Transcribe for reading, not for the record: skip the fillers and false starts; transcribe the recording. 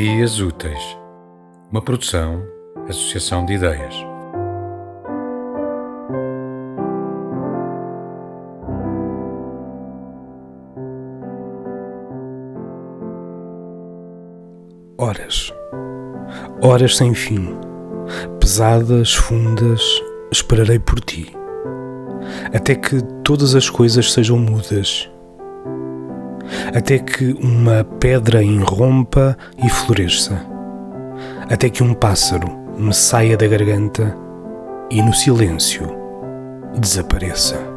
Dias Úteis, uma produção, associação de ideias. Horas. Horas sem fim, pesadas, fundas, esperarei por ti, até que todas as coisas sejam mudas, até que uma pedra irrompa e floresça, até que um pássaro me saia da garganta e no silêncio desapareça.